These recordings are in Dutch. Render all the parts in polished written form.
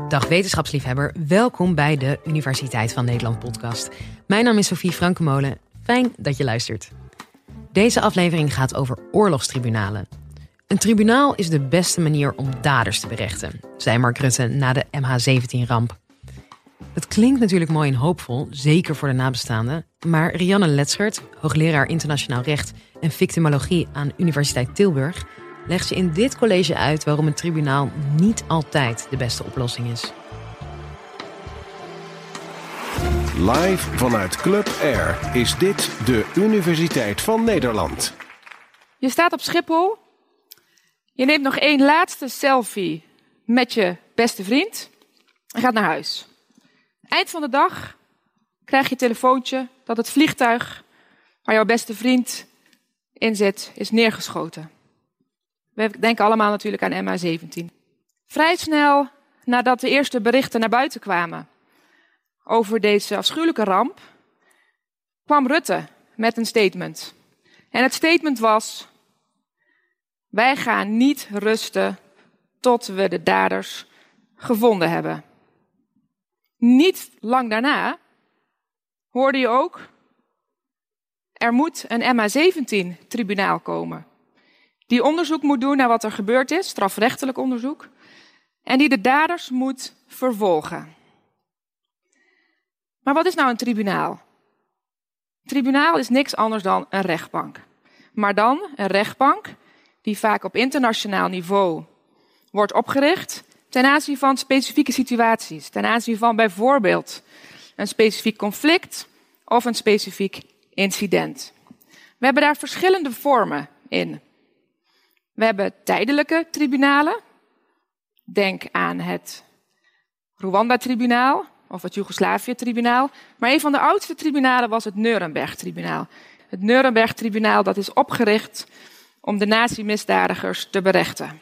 Dag wetenschapsliefhebber, welkom bij de Universiteit van Nederland podcast. Mijn naam is Sophie Frankenmolen, fijn dat je luistert. Deze aflevering gaat over oorlogstribunalen. Een tribunaal is de beste manier om daders te berechten, zei Mark Rutte na de MH17-ramp. Het klinkt natuurlijk mooi en hoopvol, zeker voor de nabestaanden, maar Rianne Letschert, hoogleraar internationaal recht en victimologie aan Universiteit Tilburg, legt je in dit college uit waarom een tribunaal niet altijd de beste oplossing is. Live vanuit Club Air is dit de Universiteit van Nederland. Je staat op Schiphol. Je neemt nog één laatste selfie met je beste vriend en gaat naar huis. Eind van de dag krijg je een telefoontje dat het vliegtuig waar jouw beste vriend in zit is neergeschoten. We denken allemaal natuurlijk aan MH17. Vrij snel nadat de eerste berichten naar buiten kwamen over deze afschuwelijke ramp, kwam Rutte met een statement. En het statement was: wij gaan niet rusten tot we de daders gevonden hebben. Niet lang daarna hoorde je ook: er moet een MH17-tribunaal komen. Die onderzoek moet doen naar wat er gebeurd is, strafrechtelijk onderzoek. En die de daders moet vervolgen. Maar wat is nou een tribunaal? Een tribunaal is niks anders dan een rechtbank. Maar dan een rechtbank die vaak op internationaal niveau wordt opgericht ten aanzien van specifieke situaties. Ten aanzien van bijvoorbeeld een specifiek conflict of een specifiek incident. We hebben daar verschillende vormen in. We hebben tijdelijke tribunalen. Denk aan het Rwanda-tribunaal of het Joegoslavië-tribunaal. Maar een van de oudste tribunalen was het Nuremberg-tribunaal. Het Nuremberg-tribunaal dat is opgericht om de nazi-misdadigers te berechten.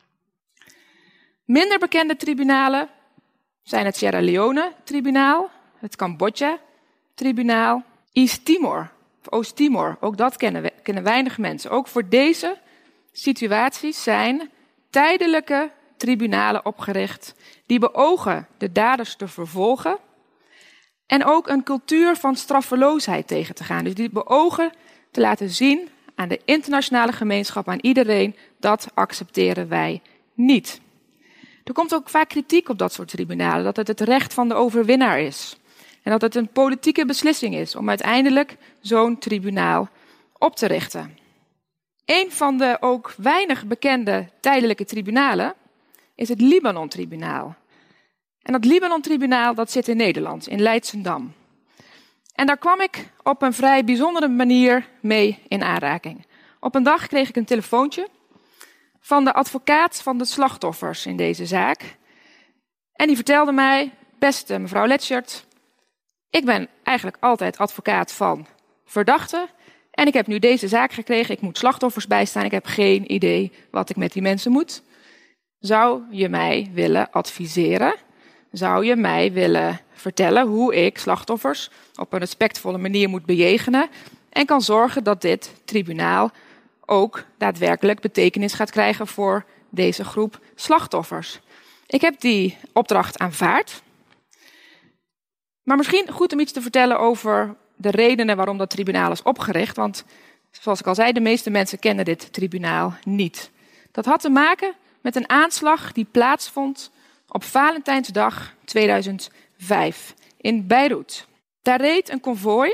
Minder bekende tribunalen zijn het Sierra Leone-tribunaal, het Cambodja-tribunaal, East-Timor, of Oost-Timor. Ook dat kennen weinig mensen. Ook voor deze situaties zijn tijdelijke tribunalen opgericht die beogen de daders te vervolgen en ook een cultuur van straffeloosheid tegen te gaan. Dus die beogen te laten zien aan de internationale gemeenschap, aan iedereen: dat accepteren wij niet. Er komt ook vaak kritiek op dat soort tribunalen, dat het het recht van de overwinnaar is. En dat het een politieke beslissing is om uiteindelijk zo'n tribunaal op te richten. Een van de ook weinig bekende tijdelijke tribunalen is het Libanon-tribunaal. En dat Libanon-tribunaal dat zit in Nederland, in Leidschendam. En daar kwam ik op een vrij bijzondere manier mee in aanraking. Op een dag kreeg ik een telefoontje van de advocaat van de slachtoffers in deze zaak. En die vertelde mij: beste mevrouw Letschert, ik ben eigenlijk altijd advocaat van verdachten. En ik heb nu deze zaak gekregen, ik moet slachtoffers bijstaan, ik heb geen idee wat ik met die mensen moet. Zou je mij willen adviseren? Zou je mij willen vertellen hoe ik slachtoffers op een respectvolle manier moet bejegenen en kan zorgen dat dit tribunaal ook daadwerkelijk betekenis gaat krijgen voor deze groep slachtoffers? Ik heb die opdracht aanvaard. Maar misschien goed om iets te vertellen over de redenen waarom dat tribunaal is opgericht. Want zoals ik al zei, de meeste mensen kennen dit tribunaal niet. Dat had te maken met een aanslag die plaatsvond op Valentijnsdag 2005 in Beirut. Daar reed een konvooi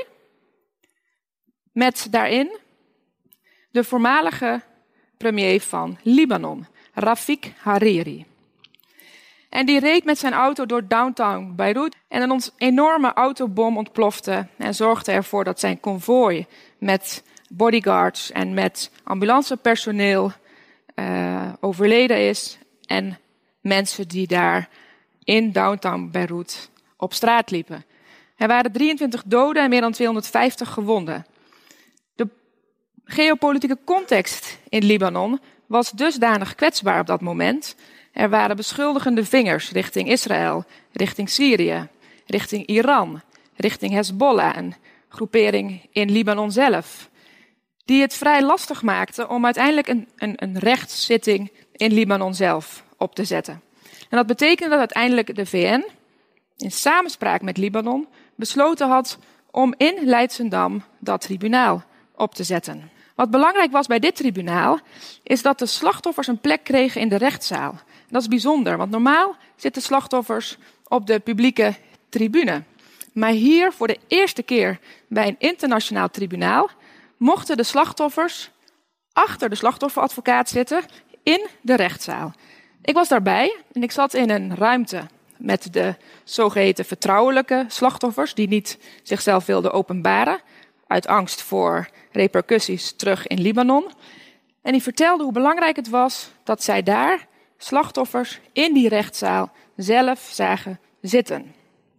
met daarin de voormalige premier van Libanon, Rafik Hariri. En die reed met zijn auto door downtown Beirut en een enorme autobom ontplofte en zorgde ervoor dat zijn konvooi met bodyguards en met ambulancepersoneel overleden is en mensen die daar in downtown Beirut op straat liepen. Er waren 23 doden en meer dan 250 gewonden. De geopolitieke context in Libanon was dusdanig kwetsbaar op dat moment. Er waren beschuldigende vingers richting Israël, richting Syrië, richting Iran, richting Hezbollah, een groepering in Libanon zelf, die het vrij lastig maakte om uiteindelijk een rechtszitting in Libanon zelf op te zetten. En dat betekende dat uiteindelijk de VN, in samenspraak met Libanon, besloten had om in Leidschendam dat tribunaal op te zetten. Wat belangrijk was bij dit tribunaal, is dat de slachtoffers een plek kregen in de rechtszaal. En dat is bijzonder, want normaal zitten slachtoffers op de publieke tribune. Maar hier, voor de eerste keer bij een internationaal tribunaal, mochten de slachtoffers achter de slachtofferadvocaat zitten in de rechtszaal. Ik was daarbij en ik zat in een ruimte met de zogeheten vertrouwelijke slachtoffers, die niet zichzelf wilden openbaren, uit angst voor repercussies terug in Libanon. En die vertelden hoe belangrijk het was dat zij daar slachtoffers in die rechtszaal zelf zagen zitten.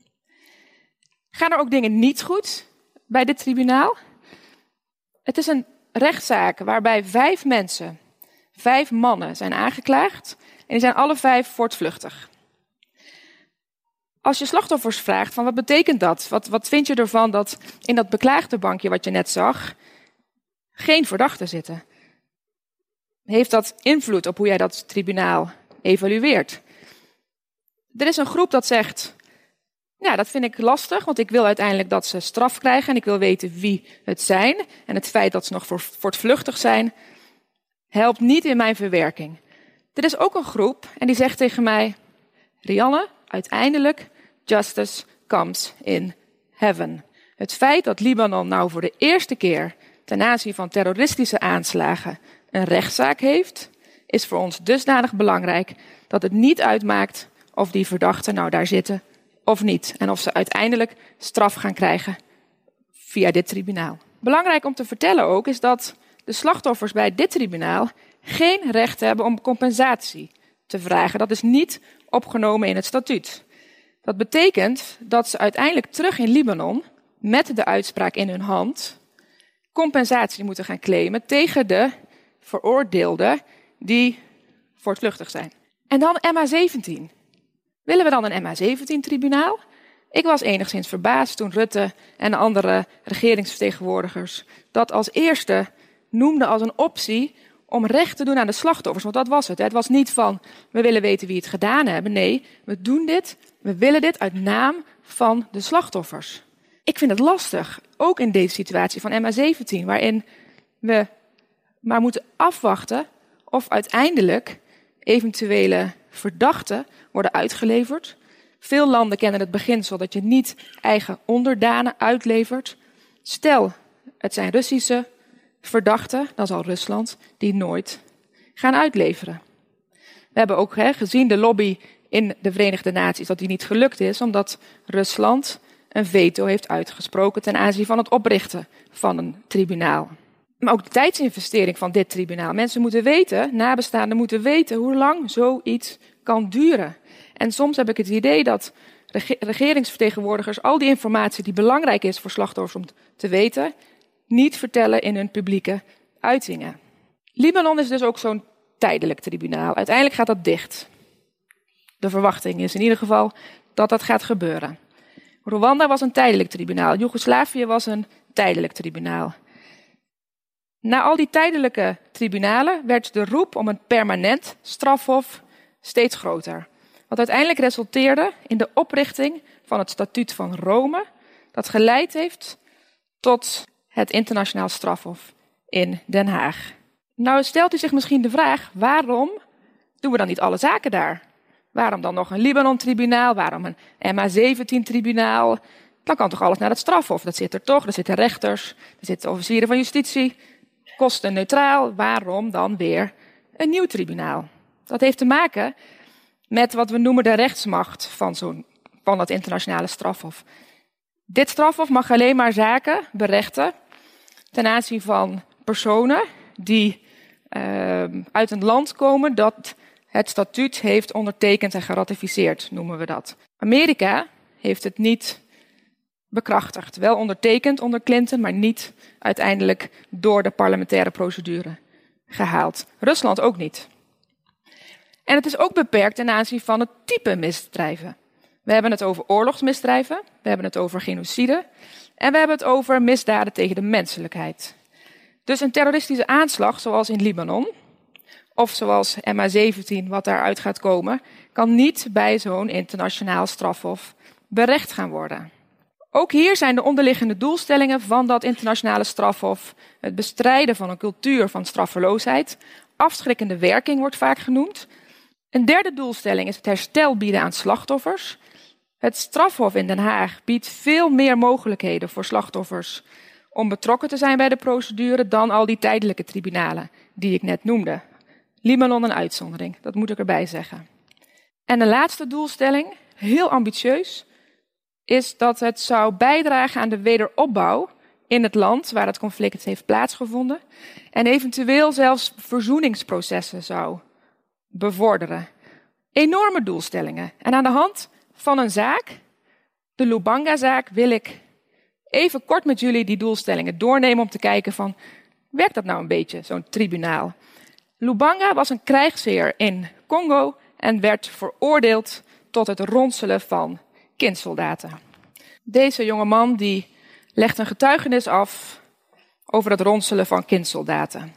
Gaan er ook dingen niet goed bij dit tribunaal? Het is een rechtszaak waarbij 5 mensen, 5 mannen zijn aangeklaagd en die zijn alle 5 voortvluchtig. Als je slachtoffers vraagt van wat betekent dat? Wat vind je ervan dat in dat beklaagde bankje wat je net zag geen verdachten zitten? Heeft dat invloed op hoe jij dat tribunaal evalueert? Er is een groep dat zegt, ja, dat vind ik lastig, want ik wil uiteindelijk dat ze straf krijgen en ik wil weten wie het zijn. En het feit dat ze nog voortvluchtig zijn, helpt niet in mijn verwerking. Er is ook een groep en die zegt tegen mij, Rianne, uiteindelijk, justice comes in heaven. Het feit dat Libanon nou voor de eerste keer ten aanzien van terroristische aanslagen een rechtszaak heeft, is voor ons dusdanig belangrijk dat het niet uitmaakt of die verdachten nou daar zitten of niet. En of ze uiteindelijk straf gaan krijgen via dit tribunaal. Belangrijk om te vertellen ook is dat de slachtoffers bij dit tribunaal geen recht hebben om compensatie te vragen. Dat is niet opgenomen in het statuut. Dat betekent dat ze uiteindelijk terug in Libanon, met de uitspraak in hun hand, compensatie moeten gaan claimen tegen de veroordeelden die voortvluchtig zijn. En dan MH17. Willen we dan een MH17-tribunaal? Ik was enigszins verbaasd toen Rutte en andere regeringsvertegenwoordigers dat als eerste noemden als een optie om recht te doen aan de slachtoffers. Want dat was het. Het was niet van, we willen weten wie het gedaan hebben. Nee, we doen dit, we willen dit uit naam van de slachtoffers. Ik vind het lastig, ook in deze situatie van MH17, waarin we maar moeten afwachten of uiteindelijk eventuele verdachten worden uitgeleverd. Veel landen kennen het beginsel dat je niet eigen onderdanen uitlevert. Stel, het zijn Russische verdachten, dan zal Rusland die nooit gaan uitleveren. We hebben ook gezien de lobby in de Verenigde Naties dat die niet gelukt is, omdat Rusland een veto heeft uitgesproken ten aanzien van het oprichten van een tribunaal. Maar ook de tijdsinvestering van dit tribunaal. Mensen moeten weten, nabestaanden moeten weten hoe lang zoiets kan duren. En soms heb ik het idee dat regeringsvertegenwoordigers al die informatie die belangrijk is voor slachtoffers om te weten, niet vertellen in hun publieke uitingen. Libanon is dus ook zo'n tijdelijk tribunaal. Uiteindelijk gaat dat dicht. De verwachting is in ieder geval dat dat gaat gebeuren. Rwanda was een tijdelijk tribunaal. Joegoslavië was een tijdelijk tribunaal. Na al die tijdelijke tribunalen werd de roep om een permanent strafhof steeds groter. Wat uiteindelijk resulteerde in de oprichting van het Statuut van Rome, dat geleid heeft tot het internationaal strafhof in Den Haag. Nou stelt u zich misschien de vraag, waarom doen we dan niet alle zaken daar? Waarom dan nog een Libanon-tribunaal? Waarom een MH17-tribunaal? Dan kan toch alles naar het strafhof? Dat zit er toch, er zitten rechters, er zitten officieren van justitie. Kostenneutraal, waarom dan weer een nieuw tribunaal? Dat heeft te maken met wat we noemen de rechtsmacht van dat internationale strafhof. Dit strafhof mag alleen maar zaken berechten ten aanzien van personen die uit een land komen dat het statuut heeft ondertekend en geratificeerd, noemen we dat. Amerika heeft het niet bekrachtigd. Wel ondertekend onder Clinton, maar niet uiteindelijk door de parlementaire procedure gehaald. Rusland ook niet. En het is ook beperkt ten aanzien van het type misdrijven. We hebben het over oorlogsmisdrijven, we hebben het over genocide en we hebben het over misdaden tegen de menselijkheid. Dus een terroristische aanslag, zoals in Libanon, of zoals MH17, wat daaruit gaat komen, kan niet bij zo'n internationaal strafhof berecht gaan worden. Ook hier zijn de onderliggende doelstellingen van dat internationale strafhof het bestrijden van een cultuur van straffeloosheid. Afschrikkende werking wordt vaak genoemd. Een derde doelstelling is het herstel bieden aan slachtoffers. Het strafhof in Den Haag biedt veel meer mogelijkheden voor slachtoffers om betrokken te zijn bij de procedure dan al die tijdelijke tribunalen die ik net noemde. Libanon een uitzondering, dat moet ik erbij zeggen. En de laatste doelstelling, heel ambitieus, is dat het zou bijdragen aan de wederopbouw in het land waar het conflict heeft plaatsgevonden en eventueel zelfs verzoeningsprocessen zou bevorderen. Enorme doelstellingen. En aan de hand van een zaak, de Lubanga-zaak, wil ik even kort met jullie die doelstellingen doornemen om te kijken van, werkt dat nou een beetje, zo'n tribunaal? Lubanga was een krijgsheer in Congo en werd veroordeeld tot het ronselen van kindsoldaten. Deze jonge man die legt een getuigenis af over het ronselen van kindsoldaten.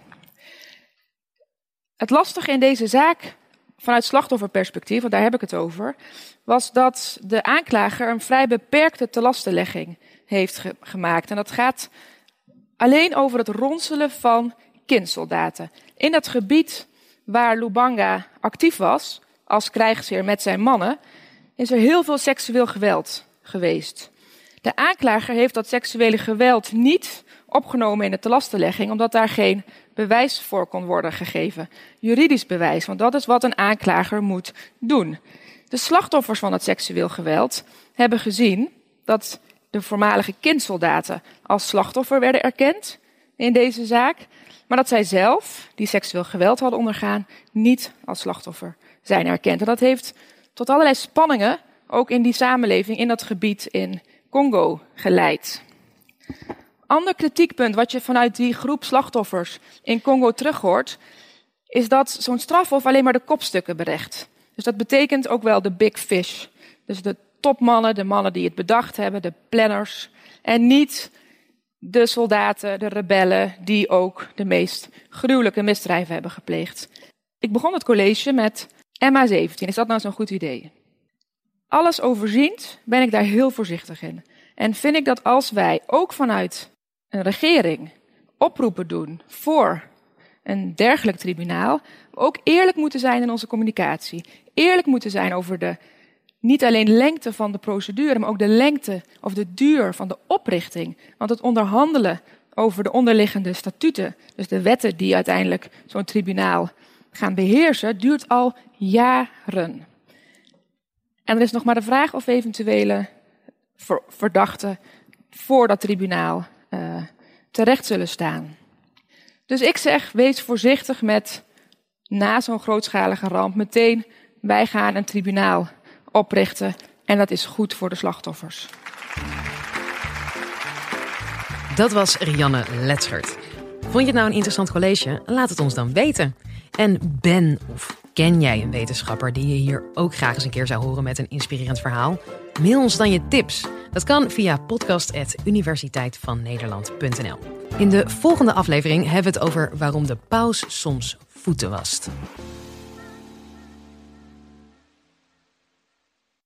Het lastige in deze zaak, vanuit slachtofferperspectief, want daar heb ik het over, was dat de aanklager een vrij beperkte telastenlegging heeft gemaakt. En dat gaat alleen over het ronselen van kindsoldaten. In dat gebied waar Lubanga actief was, als krijgsheer met zijn mannen, is er heel veel seksueel geweld geweest. De aanklager heeft dat seksuele geweld niet opgenomen in de telastenlegging, omdat daar geen bewijs voor kon worden gegeven. Juridisch bewijs, want dat is wat een aanklager moet doen. De slachtoffers van het seksueel geweld hebben gezien dat de voormalige kindsoldaten als slachtoffer werden erkend in deze zaak, maar dat zij zelf, die seksueel geweld hadden ondergaan, niet als slachtoffer zijn erkend. En dat heeft tot allerlei spanningen, ook in die samenleving, in dat gebied in Congo geleid. Ander kritiekpunt wat je vanuit die groep slachtoffers in Congo terughoort, is dat zo'n strafhof alleen maar de kopstukken berecht. Dus dat betekent ook wel de big fish. Dus de topmannen, de mannen die het bedacht hebben, de planners. En niet de soldaten, de rebellen, die ook de meest gruwelijke misdrijven hebben gepleegd. Ik begon het college met MH17. Is dat nou zo'n goed idee? Alles overziend ben ik daar heel voorzichtig in. En vind ik dat als wij ook vanuit een regering oproepen doen voor een dergelijk tribunaal, ook eerlijk moeten zijn in onze communicatie. Eerlijk moeten zijn over de niet alleen lengte van de procedure, maar ook de lengte of de duur van de oprichting. Want het onderhandelen over de onderliggende statuten, dus de wetten die uiteindelijk zo'n tribunaal gaan beheersen, duurt al jaren. En er is nog maar de vraag of eventuele verdachten voor dat tribunaal terecht zullen staan. Dus ik zeg, wees voorzichtig met na zo'n grootschalige ramp meteen, wij gaan een tribunaal oprichten en dat is goed voor de slachtoffers. Dat was Rianne Letschert. Vond je het nou een interessant college? Laat het ons dan weten. En ben of ken jij een wetenschapper die je hier ook graag eens een keer zou horen met een inspirerend verhaal? Mail ons dan je tips. Dat kan via podcast@universiteitvannederland.nl. In de volgende aflevering hebben we het over waarom de paus soms voeten wast.